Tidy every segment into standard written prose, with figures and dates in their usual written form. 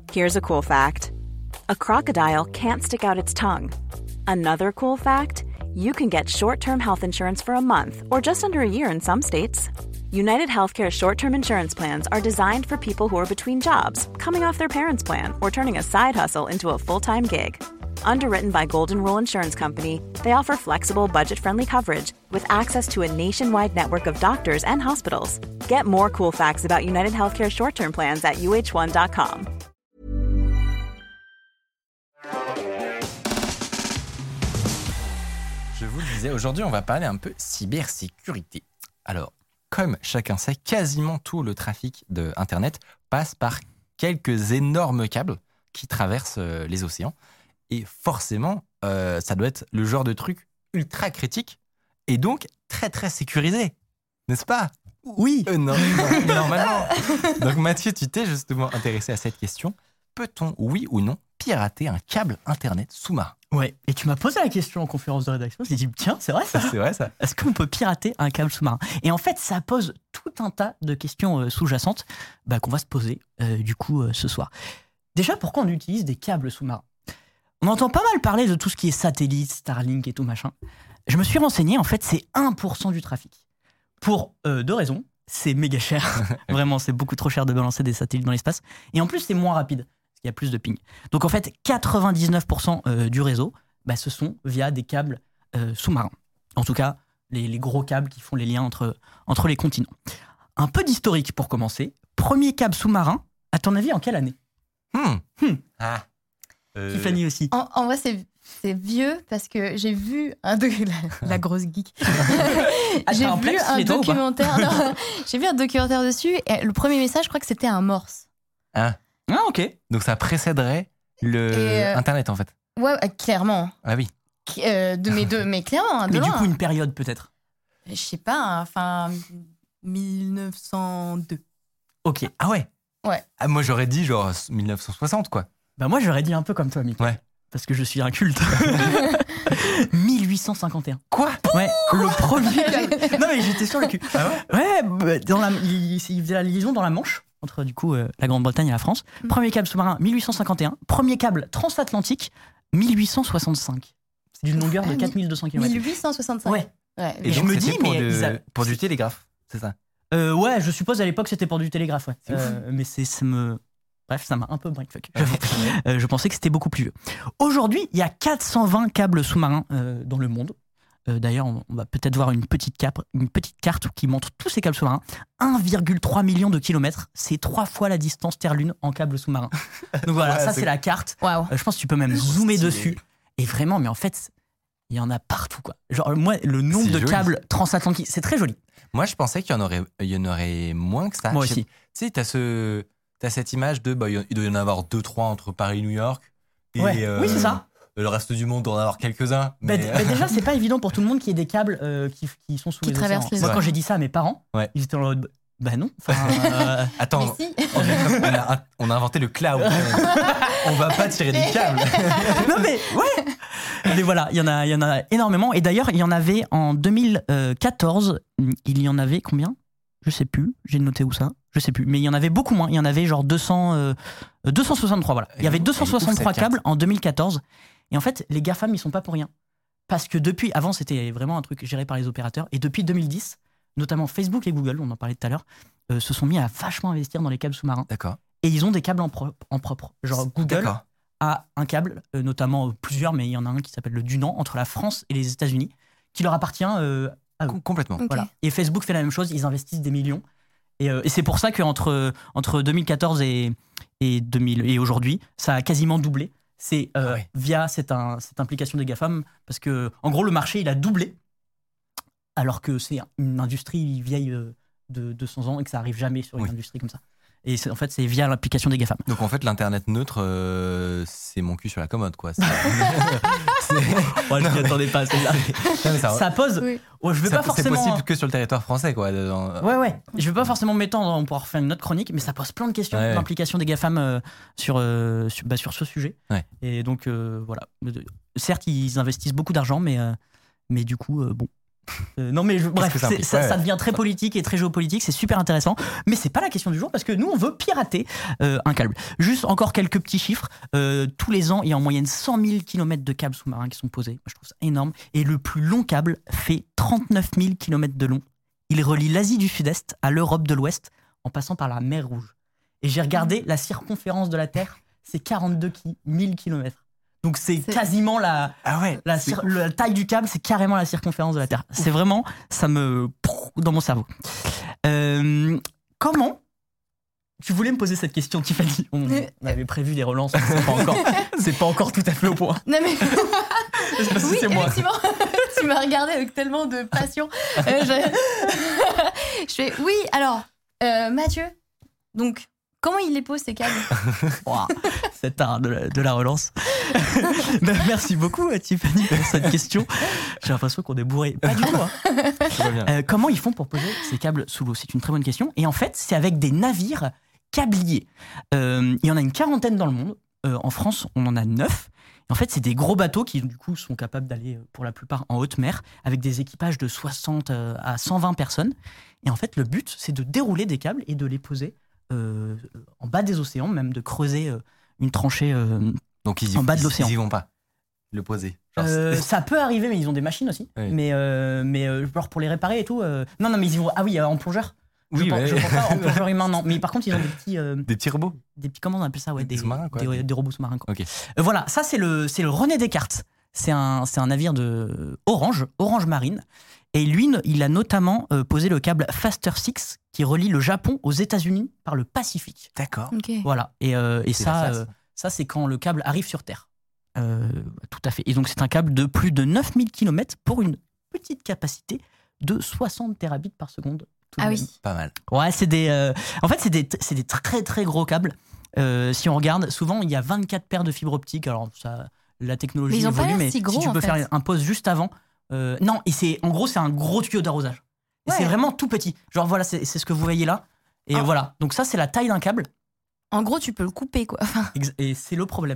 Here's a cool fact. A crocodile can't stick out its tongue. Another cool fact, you can get short-term health insurance for a month or just under a year in some states. United Healthcare short-term insurance plans are designed for people who are between jobs, coming off their parents' plan, or turning a side hustle into a full-time gig. Underwritten by Golden Rule Insurance Company, they offer flexible, budget-friendly coverage with access to a nationwide network of doctors and hospitals. Get more cool facts about United Healthcare short-term plans at uh1.com. Je vous le disais, aujourd'hui, on va parler un peu cybersécurité. Alors, comme chacun sait, quasiment tout le trafic de Internet passe par quelques énormes câbles qui traversent les océans. Et forcément, ça doit être le genre de truc ultra critique et donc très très sécurisé, n'est-ce pas ? Oui. Non, normalement. Donc Mathieu, tu t'es justement intéressé à cette question. Peut-on, oui ou non, pirater un câble Internet sous-marin ? Ouais, et tu m'as posé la question en conférence de rédaction, je me suis dit, tiens, c'est vrai ça ? C'est vrai ça ? Est-ce qu'on peut pirater un câble sous-marin ? Et en fait, ça pose tout un tas de questions sous-jacentes qu'on va se poser ce soir. Déjà, pourquoi on utilise des câbles sous-marins ? On entend pas mal parler de tout ce qui est satellite, Starlink et tout machin. Je me suis renseigné, en fait, c'est 1% du trafic. Pour 2 raisons. C'est méga cher. Vraiment, c'est beaucoup trop cher de balancer des satellites dans l'espace. Et en plus, c'est moins rapide. Il y a plus de ping. Donc en fait, 99% du réseau, ce sont via des câbles sous-marins. En tout cas, les gros câbles qui font les liens entre les continents. Un peu d'historique pour commencer. Premier câble sous-marin, à ton avis, en quelle année ? Tiffany aussi. En vrai, c'est vieux parce que j'ai vu la grosse geek. J'ai vu un documentaire. J'ai vu un documentaire dessus et le premier message, je crois que c'était un morse. Ah, ok. Donc ça précéderait Internet en fait. Ouais, clairement. Ah oui. Mais clairement. Mais du coup, une période peut-être. Je sais pas, enfin 1902. Ok. Ah ouais. Ouais. Ah, moi j'aurais dit genre 1960 quoi. Moi j'aurais dit un peu comme toi, Mick. Ouais. Parce que je suis un culte. 1851. Quoi ? Ouais, le premier. Non mais j'étais sur le cul. Ah ouais ? Ouais, il faisait la liaison dans la Manche entre du coup la Grande-Bretagne et la France. Premier câble sous-marin 1851. Premier câble transatlantique 1865. C'est d'une longueur de 4200 km. 1865. Ouais. Et je donc, me dis pour du télégraphe, c'est ça ? Ouais, je suppose à l'époque c'était pour du télégraphe. Ouais. Mais Bref, ça m'a un peu brainfuck. Je pensais que c'était beaucoup plus vieux. Aujourd'hui, il y a 420 câbles sous-marins dans le monde. D'ailleurs, on va peut-être voir une petite carte qui montre tous ces câbles sous-marins. 1,3 million de kilomètres. C'est 3 fois la distance Terre-Lune en câbles sous-marins. Donc voilà, ça c'est la carte. Wow. Je pense que tu peux même zoomer dessus. Et vraiment, mais en fait, il y en a partout, quoi. Genre, moi, le nombre de câbles transatlantiques, c'est très joli. Moi, je pensais qu'il y en aurait moins que ça. Moi aussi. Tu sais, t'as cette image de, il doit y en avoir 2-3 entre Paris et New York. Et, oui, c'est ça. Le reste du monde doit en avoir quelques-uns. Mais déjà, c'est pas évident pour tout le monde qu'il y ait des câbles qui sont sous les océans. Moi, quand j'ai dit ça à mes parents, ils étaient en mode, non. Attends, si. on a inventé le cloud. On va pas tirer des câbles. Non mais ouais. Mais voilà, il y en a énormément. Et d'ailleurs, il y en avait en 2014. Il y en avait combien ? Je sais plus. J'ai noté où ça ? Je sais plus. Mais il y en avait beaucoup moins. Il y en avait genre 263. Voilà. Il y avait 263 câbles en 2014. Et en fait, les GAFAM, ils sont pas pour rien. Parce que avant, c'était vraiment un truc géré par les opérateurs. Et depuis 2010, notamment Facebook et Google, on en parlait tout à l'heure, se sont mis à vachement investir dans les câbles sous-marins. D'accord. Et ils ont des câbles en propre. Genre Google a un câble, notamment plusieurs, mais il y en a un qui s'appelle le Dunan, entre la France et les États-Unis, qui leur appartient à eux. Complètement. Okay. Voilà. Et Facebook fait la même chose, ils investissent des millions. Et c'est pour ça qu'entre 2014 et aujourd'hui, ça a quasiment doublé. C'est via cette implication des GAFAM, parce que en gros, le marché, il a doublé, alors que c'est une industrie vieille de 200 ans et que ça n'arrive jamais sur une industrie comme ça. Et en fait, c'est via l'application des GAFAM. Donc en fait, l'Internet neutre, c'est mon cul sur la commode, quoi. Je m'y attendais pas, celle-là. Ça pose... Oui. Je vais pas forcément... C'est possible que sur le territoire français, quoi. Ouais. Je vais pas forcément m'étendre, on pourra refaire une autre chronique, mais ça pose plein de questions d'implication des GAFAM sur ce sujet. Ouais. Et donc, voilà. Certes, ils investissent beaucoup d'argent, mais du coup, bon... Non mais bref, ça devient très politique et très géopolitique, c'est super intéressant. Mais c'est pas la question du jour parce que nous on veut pirater un câble. Juste encore quelques petits chiffres. Tous les ans, il y a en moyenne 100 000 km de câbles sous-marins qui sont posés. Moi, je trouve ça énorme. Et le plus long câble fait 39 000 km de long. Il relie l'Asie du Sud-Est à l'Europe de l'Ouest en passant par la mer Rouge. Et j'ai regardé la circonférence de la Terre, c'est 42 000 km. Donc c'est quasiment la taille du câble, c'est carrément la circonférence de la Terre. C'est vraiment, ça me dans mon cerveau. Comment tu voulais me poser cette question, Tiffany? On avait prévu des relances, c'est pas encore tout à fait au point. Non mais oui, c'est moi. Effectivement, tu m'as regardé avec tellement de passion. Je fais oui. Alors Mathieu, donc. Comment il les pose, ces câbles? Wow, c'est art de la relance. Merci beaucoup, Tiffany, pour cette question. J'ai l'impression qu'on est bourré. Pas du tout. Hein. Comment ils font pour poser ces câbles sous l'eau? C'est une très bonne question. Et en fait, c'est avec des navires câbliers. Il y en a une quarantaine dans le monde. En France, on en a 9. En fait, c'est des gros bateaux qui, du coup, sont capables d'aller, pour la plupart, en haute mer, avec des équipages de 60 à 120 personnes. Et en fait, le but, c'est de dérouler des câbles et de les poser en bas des océans, même de creuser une tranchée en bas de l'océan. Ils y vont pas le poser. Ça peut arriver, mais ils ont des machines aussi. Oui. Mais genre pour les réparer et tout. Non, mais ils y vont. Ah oui, en plongeur. Je pense pas en plongeur humain, non. Mais par contre, ils ont des petits. Des petits robots. Des petits, comment on appelle ça, des sous-marins, quoi. Des robots sous-marins, quoi. Okay. Voilà, ça c'est le René Descartes. C'est un navire de Orange Marine. Et lui, il a notamment posé le câble Faster 6 qui relie le Japon aux États-Unis par le Pacifique. D'accord. Okay. Voilà. Et ça, c'est quand le câble arrive sur Terre. Tout à fait. Et donc, c'est un câble de plus de 9000 km pour une petite capacité de 60 terabits par seconde. Oui. Pas mal. Ouais, c'est des. En fait, c'est des très très gros câbles. Si on regarde, souvent, il y a 24 paires de fibres optiques. Alors, la technologie évolue, mais si tu peux faire un pose juste avant. Non, et c'est un gros tuyau d'arrosage. Et c'est vraiment tout petit. Genre voilà, c'est ce que vous voyez là. Et voilà. Donc ça, c'est la taille d'un câble. En gros, tu peux le couper, quoi. Et c'est le problème.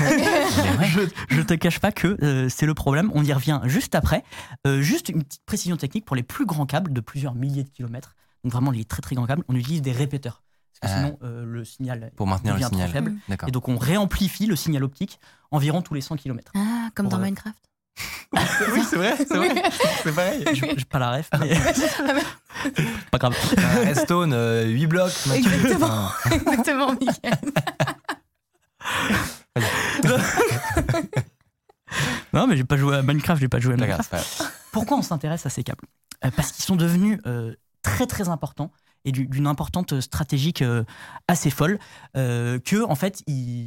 Je te cache pas que c'est le problème. On y revient juste après. Juste une petite précision technique pour les plus grands câbles de plusieurs milliers de kilomètres. Donc vraiment les très très grands câbles, on utilise des répéteurs. Parce que sinon, le signal pour maintenir le signal trop faible. Et donc on réamplifie le signal optique environ tous les 100 km. Ah, comme dans Minecraft. Oui, c'est vrai. C'est pareil. J'ai pas la ref, mais pas grave. Redstone, 8 blocs. Exactement, exactement, Mickaël. Non, mais j'ai pas joué à Minecraft, Pourquoi on s'intéresse à ces câbles? Parce qu'ils sont devenus très très importants et d'une importance stratégique assez folle. Que en fait,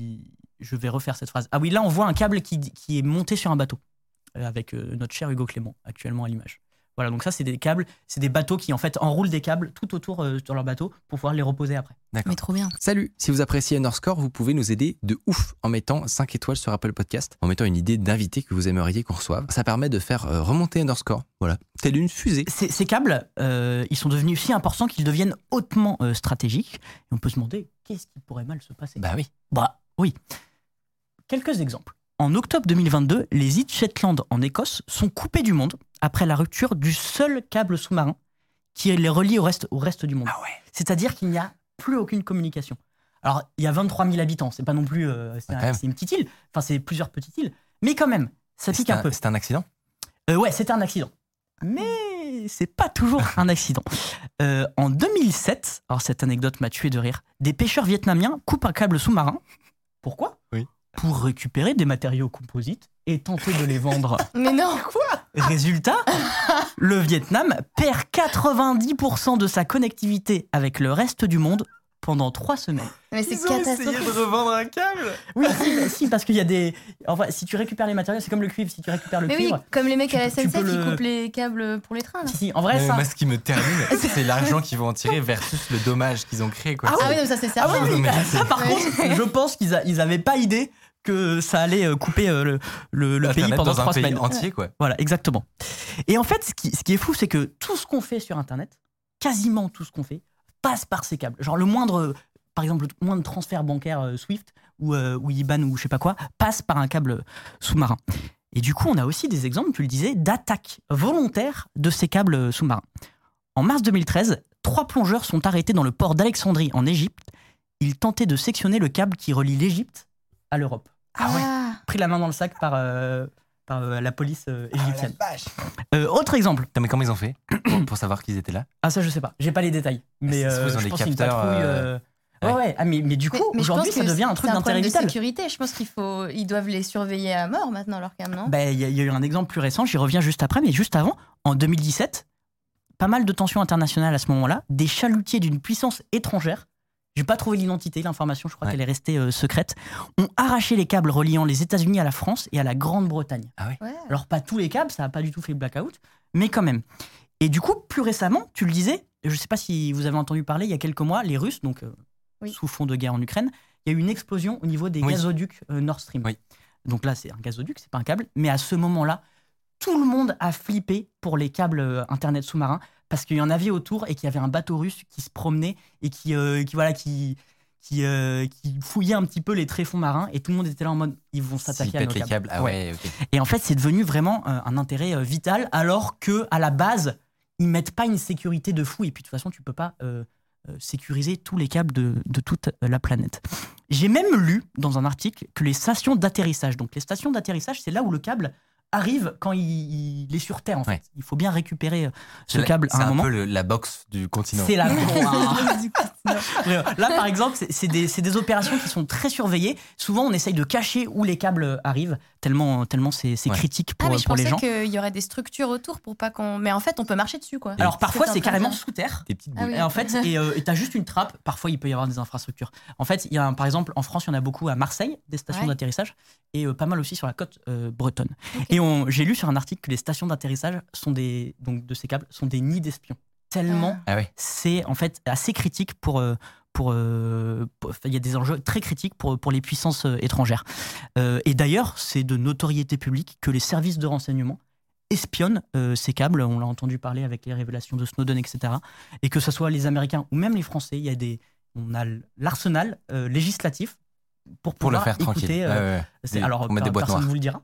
je vais refaire cette phrase. Ah oui, là on voit un câble qui est monté sur un bateau. Avec notre cher Hugo Clément, actuellement à l'image. Voilà, donc ça, c'est des câbles, c'est des bateaux qui, en fait, enroulent des câbles tout autour sur leur bateau pour pouvoir les reposer après. D'accord. Mais trop bien. Salut, si vous appréciez Underscore, vous pouvez nous aider de ouf en mettant 5 étoiles sur Apple Podcast, en mettant une idée d'invité que vous aimeriez qu'on reçoive. Ça permet de faire remonter Underscore, voilà, telle une fusée. Ces câbles, ils sont devenus si importants qu'ils deviennent hautement stratégiques. Et on peut se demander, qu'est-ce qui pourrait mal se passer? Bah oui. Quelques exemples. En octobre 2022, les îles Shetland en Écosse sont coupées du monde après la rupture du seul câble sous-marin qui les relie au reste du monde. Ah ouais. C'est-à-dire qu'il n'y a plus aucune communication. Alors, il y a 23 000 habitants, c'est pas non plus... c'est une petite île, enfin c'est plusieurs petites îles, mais quand même, ça pique un peu. C'était un accident? Ouais, c'était un accident. Mais c'est pas toujours un accident. En 2007, alors cette anecdote m'a tué de rire, des pêcheurs vietnamiens coupent un câble sous-marin. Pourquoi? Oui. Pour récupérer des matériaux composites et tenter de les vendre. Mais non, quoi? Résultat, le Vietnam perd 90% de sa connectivité avec le reste du monde pendant 3 semaines. Mais c'est catastrophique. Ils ont essayé de revendre un câble. Oui, si, parce qu'il y a des... Enfin, si tu récupères les matériaux, c'est comme le cuivre. Si tu récupères le cuivre... Oui, comme les mecs à la SNCF qui coupent les câbles pour les trains. Là. Si, en vrai, ça... Moi, ce qui me termine, c'est l'argent qu'ils vont en tirer versus le dommage qu'ils ont créé. Quoi. Ah oui, non, ça c'est certain. Ah oui, ça, par contre, je pense qu'ils n'avaient pas idée que ça allait couper le pays pendant 3 semaines. Entier, quoi. Voilà, exactement. Et en fait, ce qui est fou, c'est que tout ce qu'on fait sur Internet, quasiment tout ce qu'on fait, passe par ces câbles. Genre par exemple, le moindre transfert bancaire Swift ou IBAN ou je sais pas quoi, passe par un câble sous-marin. Et du coup, on a aussi des exemples, tu le disais, d'attaques volontaires de ces câbles sous-marins. En mars 2013, 3 plongeurs sont arrêtés dans le port d'Alexandrie en Égypte. Ils tentaient de sectionner le câble qui relie l'Égypte à l'Europe. Ah ouais. Pris la main dans le sac par la police égyptienne. Autre exemple. Mais comment ils ont fait pour savoir qu'ils étaient là? Ah ça je sais pas, j'ai pas les détails. Mais je pense que c'est une patrouille. Mais du coup, aujourd'hui ça devient un truc d'intérêt vital. De sécurité, je pense qu'ils doivent les surveiller à mort maintenant leur câble, non? Il y a eu un exemple plus récent, j'y reviens juste après, mais juste avant, en 2017, pas mal de tensions internationales à ce moment-là, des chalutiers d'une puissance étrangère, j'ai pas trouvé l'identité, l'information, je crois qu'elle est restée secrète, ont arraché les câbles reliant les États-Unis à la France et à la Grande-Bretagne. Ah ouais. Alors pas tous les câbles, ça a pas du tout fait blackout, mais quand même. Et du coup, plus récemment, tu le disais, je sais pas si vous avez entendu parler, il y a quelques mois, les Russes, donc sous fond de guerre en Ukraine, il y a eu une explosion au niveau des gazoducs Nord Stream. Oui. Donc là, c'est un gazoduc, c'est pas un câble, mais à ce moment-là, tout le monde a flippé pour les câbles Internet sous-marins parce qu'il y en avait autour et qu'il y avait un bateau russe qui se promenait et qui fouillait un petit peu les tréfonds marins et tout le monde était là en mode ils vont s'attaquer à nos câbles. Ah ouais, ok. Et en fait, c'est devenu vraiment un intérêt vital alors que à la base, ils mettent pas une sécurité de fou et puis de toute façon, tu peux pas sécuriser tous les câbles de toute la planète. J'ai même lu dans un article que les stations d'atterrissage, donc les stations d'atterrissage, c'est là où le câble arrive quand il est sur Terre en fait. Il faut bien récupérer ce câble à un moment. C'est un peu la boxe du continent. C'est la boxe du continent. Là par exemple, c'est des opérations qui sont très surveillées. Souvent on essaye de cacher où les câbles arrivent tellement c'est critique pour les gens. Je pensais qu'il y aurait des structures autour pour pas qu'on... Mais en fait on peut marcher dessus quoi. Alors parfois c'est carrément sous terre. Des petites boules. Et en fait, et t'as juste une trappe. Parfois il peut y avoir des infrastructures. En fait, il y a par exemple en France il y en a beaucoup à Marseille, des stations d'atterrissage et pas mal aussi sur la côte bretonne. Okay. Et j'ai lu sur un article que les stations d'atterrissage de ces câbles sont des nids d'espions. Tellement c'est en fait assez critique pour il y a des enjeux très critiques pour les puissances étrangères. Et d'ailleurs, c'est de notoriété publique que les services de renseignement espionnent ces câbles. On l'a entendu parler avec les révélations de Snowden, etc. Et que ce soit les Américains ou même les Français, on a l'arsenal législatif pour le faire tranquille. Alors personne ne vous le dira,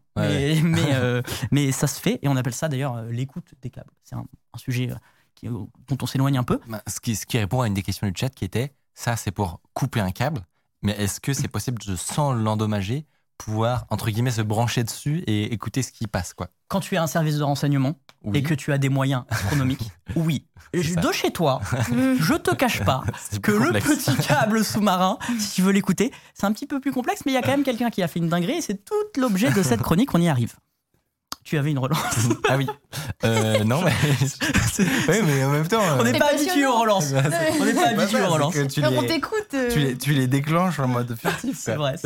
mais ça se fait et on appelle ça d'ailleurs l'écoute des câbles. C'est un sujet dont on s'éloigne un peu. Ce qui répond à une des questions du chat qui était ça c'est pour couper un câble, mais est-ce que c'est possible de sans l'endommager pouvoir entre guillemets se brancher dessus et écouter ce qui passe quoi? Quand tu as un service de renseignement et que tu as des moyens astronomiques, oui. De chez toi, je te cache pas que le petit câble sous-marin, si tu veux l'écouter, c'est un petit peu plus complexe, mais il y a quand même quelqu'un qui a fait une dinguerie et c'est tout l'objet de cette chronique, on y arrive. Tu avais une relance. Ah oui. Non, mais... oui, mais en même temps... On n'est pas habitué aux relances. On n'est pas habitué aux relances. On t'écoute. Tu les déclenches en mode furtif. C'est vrai.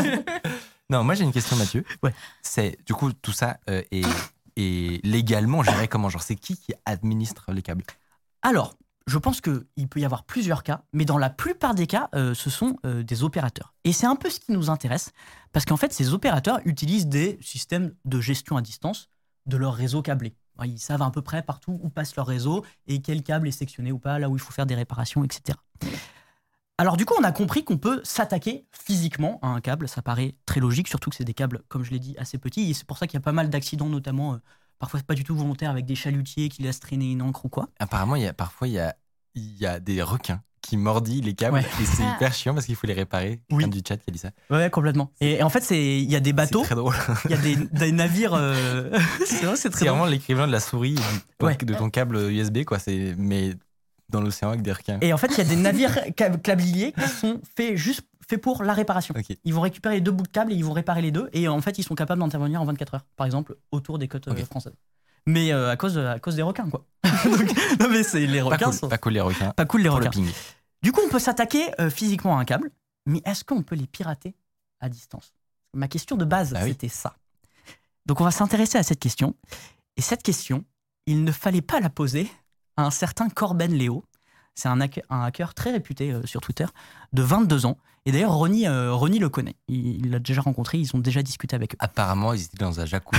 Non, moi j'ai une question, Mathieu. Ouais. C'est, du coup, tout ça est légalement géré comment? Genre, c'est qui administre les câbles? Alors, je pense qu'il peut y avoir plusieurs cas, mais dans la plupart des cas, ce sont des opérateurs. Et c'est un peu ce qui nous intéresse, parce qu'en fait, ces opérateurs utilisent des systèmes de gestion à distance de leur réseau câblé. Ils savent à peu près partout où passe leur réseau et quel câble est sectionné ou pas, là où il faut faire des réparations, etc. Alors du coup, on a compris qu'on peut s'attaquer physiquement à un câble. Ça paraît très logique, surtout que c'est des câbles, comme je l'ai dit, assez petits. Et c'est pour ça qu'il y a pas mal d'accidents, notamment... parfois pas du tout volontaire avec des chalutiers qui laissent traîner une encre ou quoi. Apparemment, il y a des requins qui mordillent les câbles et c'est hyper chiant parce qu'il faut les réparer. Quelqu'un du chat qui a dit ça. Ouais, complètement. Et en fait, il y a des bateaux. C'est très drôle. Il y a des navires. C'est vrai, c'est très drôle. C'est vraiment l'équivalent de la souris de ton câble USB, quoi. Mais dans l'océan avec des requins. Et en fait, il y a des navires câbliers qui sont faits pour la réparation. Okay. Ils vont récupérer les 2 bouts de câble et ils vont réparer les 2. Et en fait, ils sont capables d'intervenir en 24 heures, par exemple, autour des côtes françaises. Mais à cause des requins, quoi. Donc, non, mais c'est les requins. Pas cool les requins. Pas cool les requins. Du coup, on peut s'attaquer physiquement à un câble, mais est-ce qu'on peut les pirater à distance? Ma question de base, c'était ça. Donc, on va s'intéresser à cette question. Et cette question, il ne fallait pas la poser à un certain Corben Léo. C'est un hacker très réputé sur Twitter, de 22 ans. Et d'ailleurs, Ronnie le connaît. Il l'a déjà rencontré, ils ont déjà discuté avec eux. Apparemment, ils étaient dans un jacuzzi.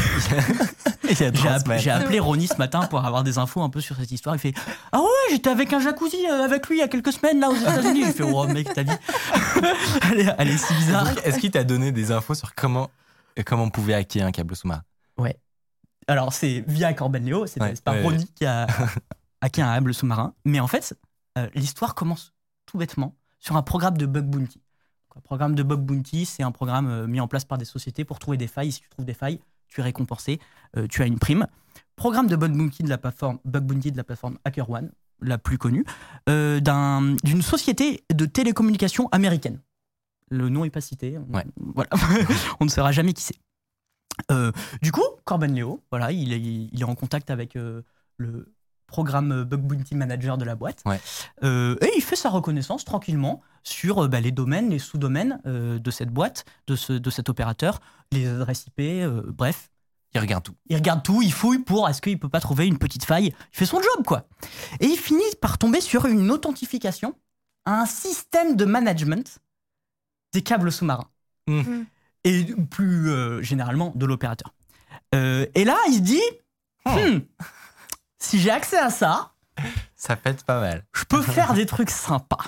J'ai appelé Ronnie ce matin pour avoir des infos un peu sur cette histoire. Il fait « Ah ouais, j'étais avec un jacuzzi avec lui il y a quelques semaines là aux États-Unis. » Je fais « Oh mec, ta vie. » Elle est si bizarre. Est-ce qu'il t'a donné des infos sur comment on pouvait hacker un câble sous-marin? Alors, c'est via Corben Leo, c'est pas Ronnie qui a hacké un câble sous-marin. Mais en fait, l'histoire commence tout bêtement sur un programme de bug bounty. Donc, un programme de bug bounty, c'est un programme mis en place par des sociétés pour trouver des failles. Si tu trouves des failles, tu es récompensé, tu as une prime. Programme de bug bounty de la plateforme HackerOne, la plus connue, d'une société de télécommunications américaine. Le nom n'est pas cité. Voilà. On ne saura jamais qui c'est. Du coup, Corben Leo, voilà, il est en contact avec le programme Bug Bounty Manager de la boîte. Et il fait sa reconnaissance tranquillement sur les domaines, les sous-domaines de cette boîte, de cet opérateur, les adresses IP, bref. Il regarde tout. Il regarde tout, il fouille pour est-ce qu'il peut pas trouver une petite faille. Il fait son job, quoi. Et il finit par tomber sur une authentification à un système de management des câbles sous-marins. Et plus généralement de l'opérateur. Et là, il se dit si j'ai accès à ça, ça peut être pas mal. Je peux faire des trucs sympas.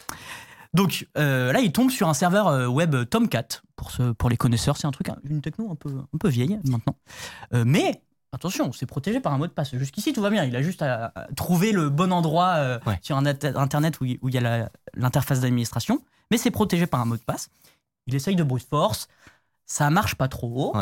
Donc là, il tombe sur un serveur web Tomcat. Pour les connaisseurs, c'est une techno un peu vieille maintenant. Mais attention, c'est protégé par un mot de passe. Jusqu'ici, tout va bien. Il a juste à trouver le bon endroit sur un Internet où il y a l'interface d'administration. Mais c'est protégé par un mot de passe. Il essaye de brute force. Ça marche pas trop.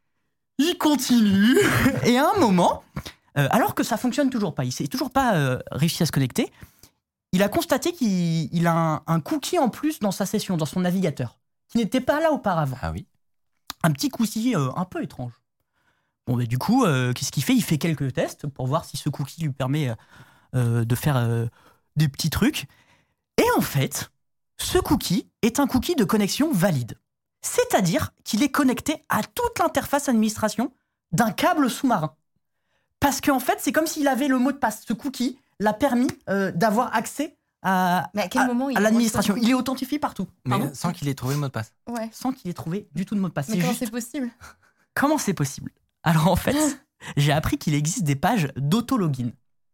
Il continue. Et à un moment, alors que ça fonctionne toujours pas, il s'est toujours pas réussi à se connecter, il a constaté qu'il a un cookie en plus dans sa session, dans son navigateur, qui n'était pas là auparavant. Ah oui. Un petit cookie un peu étrange. Bon, du coup, qu'est-ce qu'il fait ? Il fait quelques tests pour voir si ce cookie lui permet de faire des petits trucs. Et en fait, ce cookie est un cookie de connexion valide. C'est-à-dire qu'il est connecté à toute l'interface administration d'un câble sous-marin. Parce qu'en fait, c'est comme s'il avait le mot de passe. Ce cookie l'a permis d'avoir accès à l'administration. Il est authentifié partout. Mais sans qu'il ait trouvé le mot de passe. Sans qu'il ait trouvé du tout de mot de passe. Mais comment c'est possible ? Comment c'est possible ? Alors en fait, j'ai appris qu'il existe des pages d'auto-login.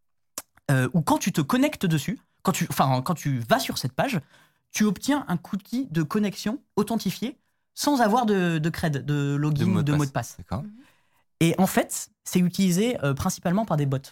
Où quand tu te connectes dessus, quand tu vas sur cette page, tu obtiens un cookie de connexion authentifié sans avoir de cred, de login ou de mot de passe. D'accord. Et en fait, c'est utilisé principalement par des bots.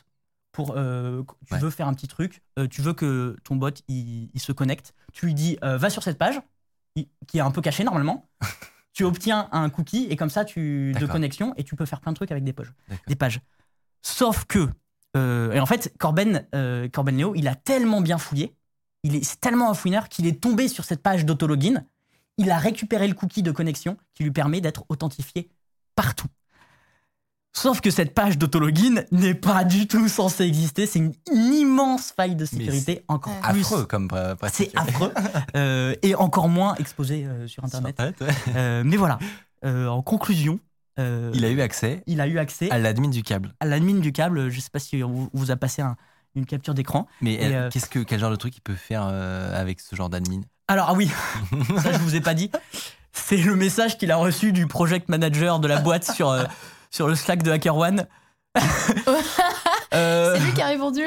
Tu veux faire un petit truc, tu veux que ton bot il se connecte, tu lui dis va sur cette page, qui est un peu cachée normalement, tu obtiens un cookie et comme ça de connexion et tu peux faire plein de trucs avec des pages. Sauf que, et en fait, Corben Leo, il a tellement bien fouillé, c'est tellement un fouineur qu'il est tombé sur cette page d'auto-login, il a récupéré le cookie de connexion qui lui permet d'être authentifié partout. Sauf que cette page d'auto-login n'est pas du tout censée exister. C'est une immense faille de sécurité, encore plus. Affreux comme pratique. C'est affreux. Et encore moins exposé sur Internet. Mais voilà, en conclusion... il a eu accès à l'admin du câble. À l'admin du câble. Je ne sais pas si on vous a passé une capture d'écran. Mais quel genre de truc il peut faire avec ce genre d'admin ? Alors oui, ça je vous ai pas dit. C'est le message qu'il a reçu du project manager de la boîte sur le Slack de HackerOne. C'est lui qui a répondu.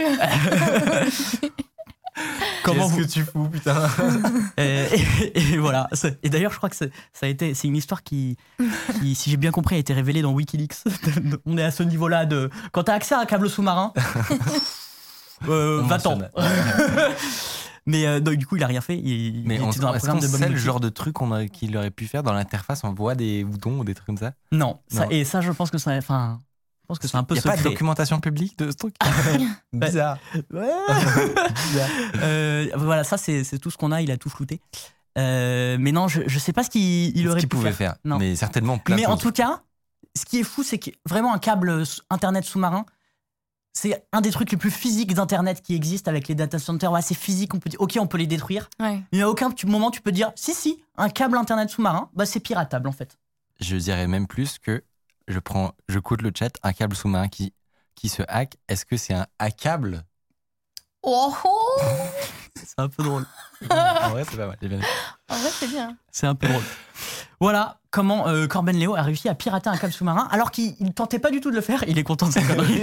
Qu'est-ce que tu fous, putain. Et voilà. Et d'ailleurs, je crois que c'est une histoire qui, si j'ai bien compris, a été révélée dans Wikileaks. On est à ce niveau-là de... Quand tu as accès à un câble sous-marin, va-t'en. Mais du coup, il a rien fait. Il était dans un programme de c'est le genre de truc qu'il aurait pu faire dans l'interface. On voit des boutons ou des trucs comme ça. Non. Et ça, je pense que c'est un peu secret. Il n'y a pas de documentation publique de ce truc. Bizarre. Voilà, ça, c'est tout ce qu'on a. Il a tout flouté. Mais non, je ne sais pas ce qu'il aurait pu pouvait faire. Non. Mais certainement plein de choses. Mais en tout cas, ce qui est fou, c'est que vraiment un câble Internet sous-marin, c'est un des trucs les plus physiques d'Internet qui existe avec les data centers. Ouais, c'est physique, on peut dire, ok, on peut les détruire. Il n'y a aucun moment tu peux dire, si, un câble Internet sous-marin, c'est piratable en fait. Je dirais même plus que je coute le chat, un câble sous-marin qui se hack. Est-ce que c'est un hackable ? C'est un peu drôle. En vrai, c'est pas mal. En vrai, c'est bien. C'est un peu drôle. Voilà comment Corben Leo a réussi à pirater un câble sous-marin alors qu'il ne tentait pas du tout de le faire. Il est content de sa connerie.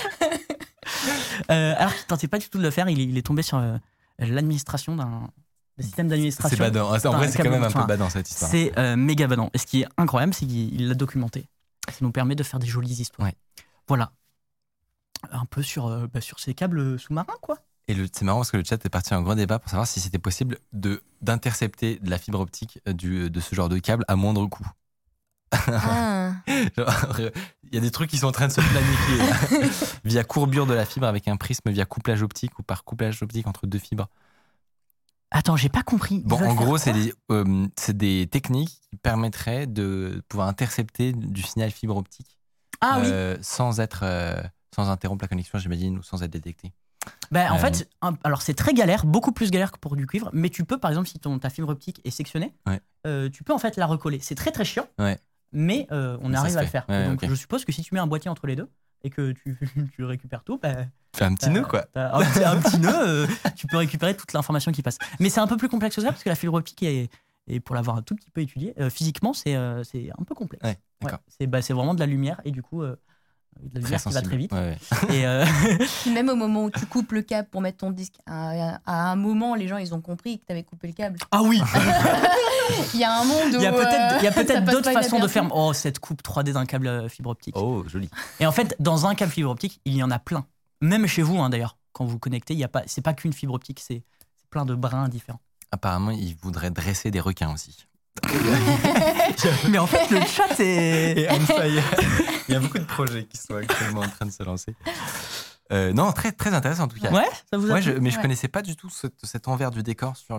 Alors qu'il ne tentait pas du tout de le faire, il est tombé sur l'administration d'un système d'administration. C'est badant. En vrai, c'est quand même un peu badant cette histoire. C'est méga badant. Et ce qui est incroyable, c'est qu'il l'a documenté. Ça nous permet de faire des jolies histoires. Voilà. Un peu sur ces câbles sous-marins, quoi. Et c'est marrant parce que le chat est parti en grand débat pour savoir si c'était possible d'intercepter de la fibre optique de ce genre de câble à moindre coût. Ah. Il y a des trucs qui sont en train de se planifier là. Via courbure de la fibre avec un prisme via couplage optique ou par couplage optique entre deux fibres. Attends, j'ai pas compris. Bon, en gros, c'est des techniques qui permettraient de pouvoir intercepter du signal fibre optique sans interrompre la connexion, j'imagine, ou sans être détecté. En fait, alors c'est très galère, beaucoup plus galère que pour du cuivre, mais tu peux, par exemple, si ta fibre optique est sectionnée, tu peux en fait la recoller. C'est très très chiant, mais on arrive à le faire. Donc je suppose que si tu mets un boîtier entre les deux et que tu récupères tout, fais un petit nœud, quoi. Un petit nœud, tu peux récupérer toute l'information qui passe. Mais c'est un peu plus complexe que ça parce que la fibre optique et pour l'avoir un tout petit peu étudié, physiquement, c'est un peu complexe. C'est vraiment de la lumière et du coup, de la lumière qui va très vite. Et même au moment où tu coupes le câble pour mettre ton disque, à un moment, les gens, ils ont compris que tu avais coupé le câble. Ah oui. Il y a un monde où il y a peut-être d'autres façons de faire. Oh, cette coupe 3D d'un câble fibre optique. Oh, joli. Et en fait, dans un câble fibre optique, il y en a plein. Même chez vous, d'ailleurs, quand vous vous connectez, c'est pas qu'une fibre optique, c'est plein de brins différents. Apparemment, ils voudraient dresser des requins aussi. Mais en fait, le chat est on fire. Il y a beaucoup de projets qui sont actuellement en train de se lancer. Non, très, très intéressant en tout cas. Ouais, ça vous a plu ? Mais je connaissais pas du tout cet envers du décor sur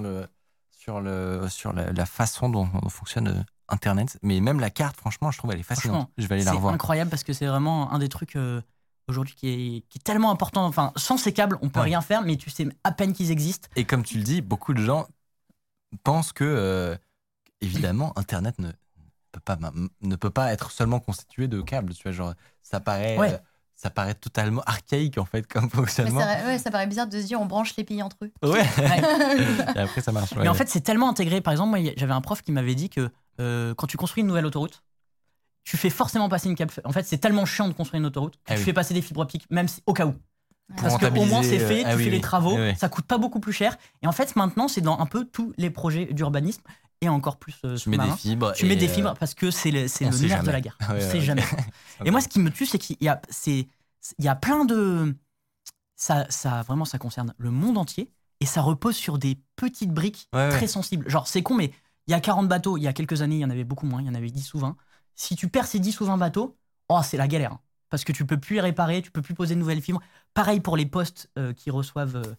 la façon dont fonctionne Internet. Mais même la carte, franchement, je trouve elle est fascinante. Je vais aller la revoir. C'est incroyable parce que c'est vraiment un des trucs aujourd'hui qui est tellement important. Enfin, sans ces câbles, on peut rien faire, mais tu sais à peine qu'ils existent. Et comme tu le dis, beaucoup de gens pensent que évidemment, Internet ne peut pas être seulement constitué de câbles. Tu vois, genre, ça paraît totalement archaïque, en fait, comme fonctionnement. Ça paraît bizarre de se dire on branche les pays entre eux. Ouais. Et après, ça marche. Mais en fait, c'est tellement intégré. Par exemple, moi, j'avais un prof qui m'avait dit que quand tu construis une nouvelle autoroute, tu fais forcément passer une câble. En fait, c'est tellement chiant de construire une autoroute que tu fais passer des fibres optiques, même au cas où. Parce qu'au moins, c'est fait, tu fais les travaux, ça coûte pas beaucoup plus cher. Et en fait, maintenant, c'est dans un peu tous les projets d'urbanisme. Et encore plus tu mets des fibres. Tu mets des fibres parce que c'est le nerf de la guerre. On sait jamais. Et moi, ce qui me tue, c'est qu'il y a plein de... Ça concerne le monde entier et ça repose sur des petites briques très sensibles. Genre, c'est con, mais il y a 40 bateaux. Il y a quelques années, il y en avait beaucoup moins. Il y en avait 10 ou 20. Si tu perds ces 10 ou 20 bateaux, c'est la galère. Parce que tu peux plus les réparer, tu peux plus poser de nouvelles fibres. Pareil pour les postes qui reçoivent...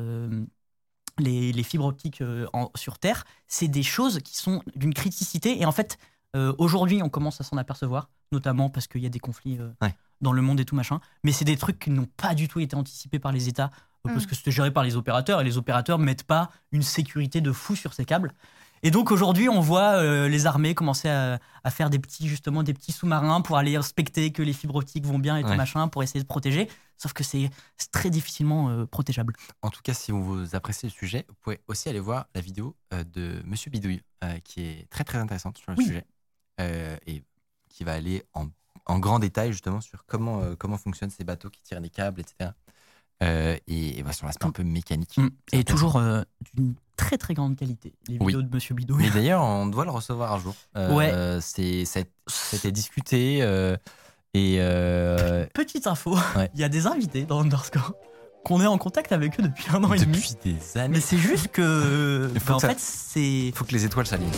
les fibres optiques sur Terre, c'est des choses qui sont d'une criticité. Et en fait, aujourd'hui, on commence à s'en apercevoir, notamment parce qu'il y a des conflits dans le monde et tout machin. Mais c'est des trucs qui n'ont pas du tout été anticipés par les États, parce que c'est géré par les opérateurs, et les opérateurs ne mettent pas une sécurité de fou sur ces câbles. Et donc aujourd'hui, on voit les armées commencer à faire des petits sous-marins pour aller inspecter que les fibres optiques vont bien et tout machin, pour essayer de protéger. Sauf que c'est très difficilement protégeable. En tout cas, si vous appréciez le sujet, vous pouvez aussi aller voir la vidéo de Monsieur Bidouille, qui est très très intéressante sur le sujet, et qui va aller en grand détail justement sur comment fonctionnent ces bateaux qui tirent des câbles, etc. Et sur l'aspect un peu mécanique. Et toujours d'une très très grande qualité, les vidéos de Monsieur Bidouille. Mais d'ailleurs, on doit le recevoir un jour. C'était discuté. Petite info, il y a des invités dans Underscore qu'on est en contact avec eux depuis 1 an et demi. Depuis des années. Mais c'est juste que... Il faut que les étoiles s'alignent.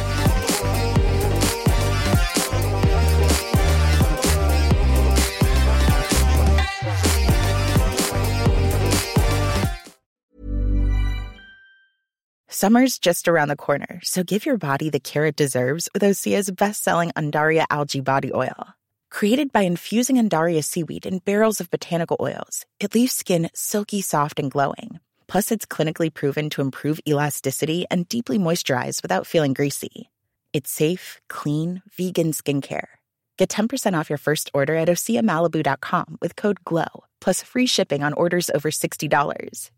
Summer's just around the corner, so give your body the care it deserves with Osea's best-selling Undaria Algae Body Oil. Created by infusing Undaria seaweed in barrels of botanical oils, it leaves skin silky soft and glowing. Plus, it's clinically proven to improve elasticity and deeply moisturize without feeling greasy. It's safe, clean, vegan skincare. Get 10% off your first order at OseaMalibu.com with code GLOW, plus free shipping on orders over $60.